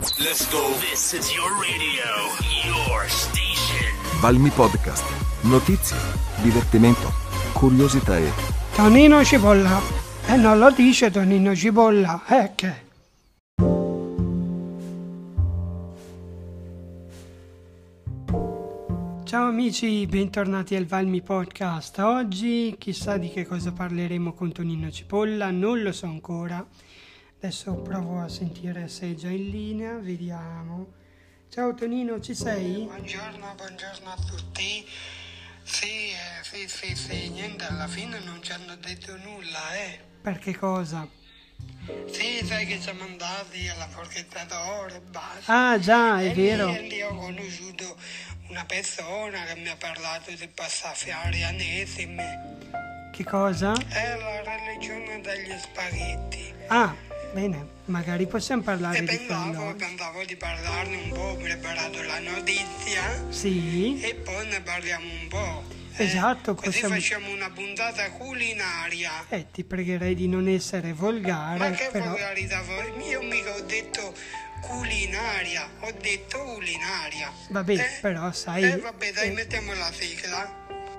Let's go. This is your radio, your station. Valmy Podcast. Notizie, divertimento, curiosità e... Tonino Cipolla. E non lo dice Tonino Cipolla, che... Ciao amici, bentornati al Valmy Podcast. Oggi chissà di che cosa parleremo con Tonino Cipolla, non lo so ancora. Adesso provo a sentire se è già in linea, vediamo. Ciao Tonino, ci sei? Buongiorno a tutti. Sì, niente, alla fine non ci hanno detto nulla, Per che cosa? Sì, sai che siamo andati alla forchetta d'oro e basta. Ah già, è vero. E lì ho conosciuto una persona che mi ha parlato di pastafarianesimo. Che cosa? È la religione degli spaghetti. Ah, bene, magari possiamo parlare E di quello. pensavo di parlarne un po', ho preparato la notizia. Sì, E poi ne parliamo un po'. esatto, Così possiamo... facciamo una puntata culinaria. Ti pregherei di non essere volgare, Ma che però... volgarità? Io mica ho detto culinaria, ho detto culinaria. Vabbè, però sai... Vabbè, dai, mettiamo la sigla.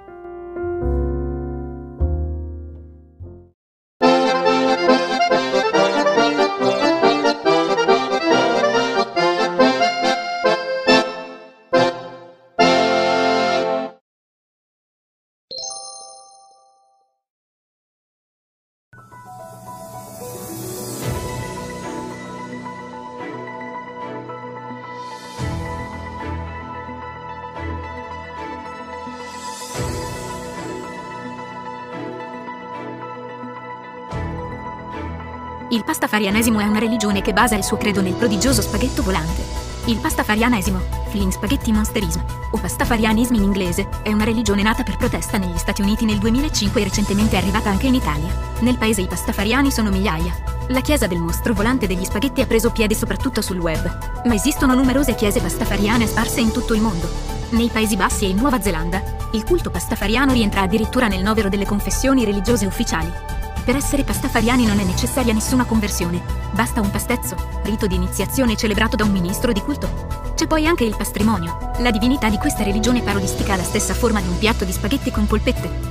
Il pastafarianesimo è una religione che basa il suo credo nel prodigioso spaghetto volante. Il pastafarianesimo, Flying Spaghetti Monsterism, o pastafarianismo in inglese, è una religione nata per protesta negli Stati Uniti nel 2005 e recentemente è arrivata anche in Italia. Nel paese i pastafariani sono migliaia. La chiesa del mostro volante degli spaghetti ha preso piede soprattutto sul web, ma esistono numerose chiese pastafariane sparse in tutto il mondo. Nei Paesi Bassi e in Nuova Zelanda, il culto pastafariano rientra addirittura nel novero delle confessioni religiose ufficiali. Per essere pastafariani non è necessaria nessuna conversione, basta un pastezzo, rito di iniziazione celebrato da un ministro di culto. C'è poi anche il pastrimonio, la divinità di questa religione parodistica ha la stessa forma di un piatto di spaghetti con polpette.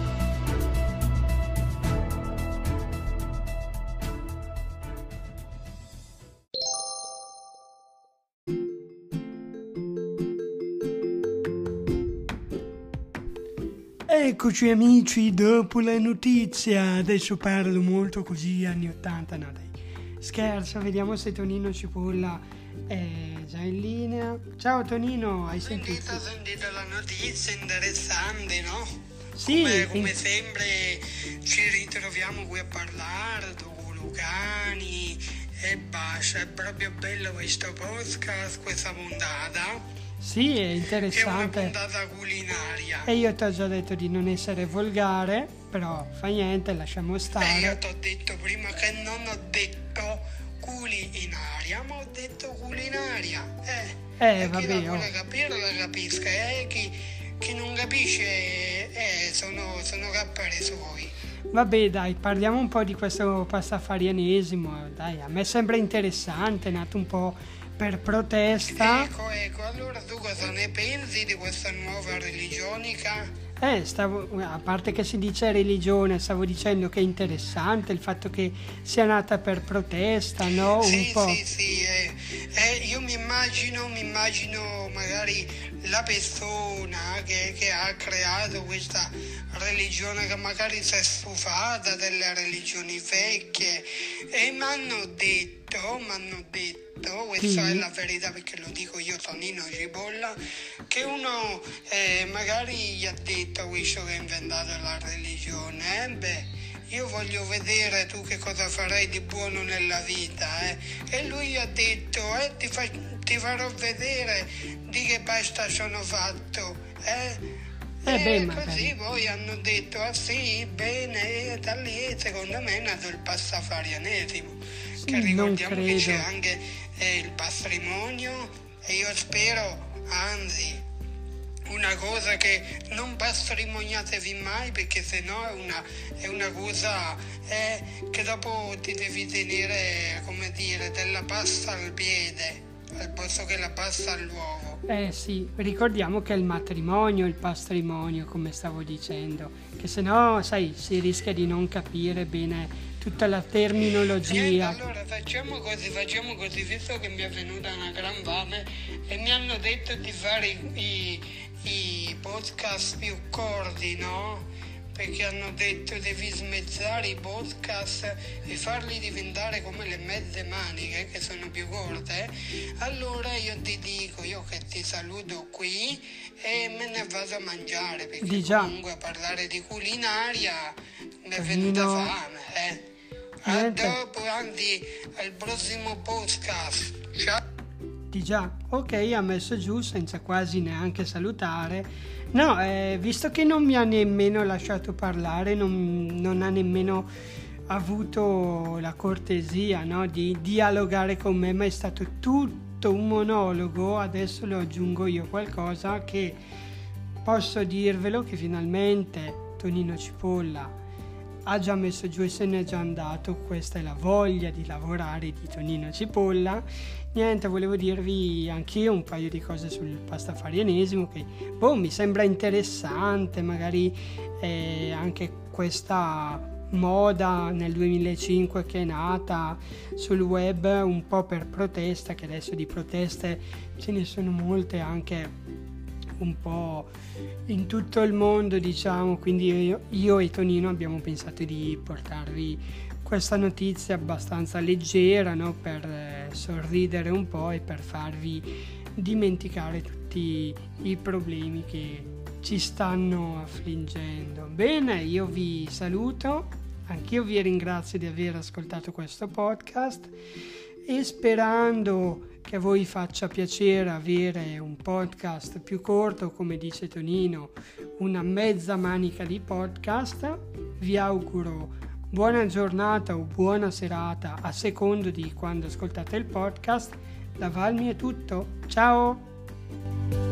Eccoci amici, dopo la notizia, adesso parlo molto così anni 80, no dai, scherzo, vediamo se Tonino Cipolla è già in linea. Ciao Tonino, hai sentito? Sentito la notizia, interessante, no? Sì. Come sempre ci ritroviamo qui a parlare, dopo Lucani e basta, è proprio bello questo podcast, questa puntata. Sì, è È una interessante. puntata culinaria. E io ti ho già detto di non essere volgare, però fa niente, lasciamo E io stare. ti ho detto prima che non ho detto culinaria, ma ho detto culinaria. E chi vabbè, la vuole capire la capisca, chi non capisce sono capperi suoi. Vabbè dai, parliamo un po' di questo pastafarianesimo, dai, a me sembra interessante, è nato un po' per protesta. Ecco, allora tu cosa ne pensi di questa nuova religione? A parte che si dice religione, stavo dicendo che è interessante il fatto che sia nata per protesta, no? Un po'. Sì, io mi immagino magari la persona che ha creato questa religione, che magari si è stufata delle religioni vecchie, e mi hanno detto, questa è la verità perché lo dico io, Tonino Cipolla, che uno magari gli ha detto questo che ha inventato la religione, io voglio vedere tu che cosa farai di buono nella vita, e lui gli ha detto, ti farò vedere di che pasta sono fatto, Beh, così poi hanno detto, ah sì, bene, e da lì secondo me è nato il pastafarianesimo, che ricordiamo che c'è anche il patrimonio, e io spero, anzi, una cosa che non patrimoniatevi mai, perché sennò è una cosa che dopo ti devi tenere, come dire, della pasta al piede. al posto che la pasta all'uovo. Sì, ricordiamo che è il matrimonio, il pastrimonio, come stavo dicendo, che se no, sai, si rischia di non capire bene tutta la terminologia. Niente, allora facciamo così, visto che mi è venuta una gran fame e mi hanno detto di fare i podcast più corti, no? Perché hanno detto devi smezzare i podcast e farli diventare come le mezze maniche che sono più corte. Allora io ti dico, io che ti saluto qui e me ne vado a mangiare, perché comunque a parlare di culinaria mi è venuta fame. A dopo, anzi, al prossimo podcast. Ciao. Di già, ok, ha messo giù senza quasi neanche salutare. No, visto che non mi ha nemmeno lasciato parlare, non ha nemmeno avuto la cortesia, no, di dialogare con me, ma è stato tutto un monologo. Adesso lo aggiungo io qualcosa che posso dirvelo, che finalmente Tonino Cipolla ha già messo giù e se n'è già andato. Questa è la voglia di lavorare di Tonino Cipolla. Niente, volevo dirvi anch'io un paio di cose sul pastafarianesimo che mi sembra interessante, magari anche questa moda nel 2005 che è nata sul web un po' per protesta, che adesso di proteste ce ne sono molte anche un po' in tutto il mondo, diciamo, quindi io e Tonino abbiamo pensato di portarvi questa notizia abbastanza leggera, no? Per sorridere un po' e per farvi dimenticare tutti i problemi che ci stanno affliggendo. Bene, io vi saluto, anch'io vi ringrazio di aver ascoltato questo podcast e sperando che a voi faccia piacere avere un podcast più corto, come dice Tonino, una mezza manica di podcast, vi auguro buona giornata o buona serata a secondo di quando ascoltate il podcast. Da Valmi è tutto, ciao!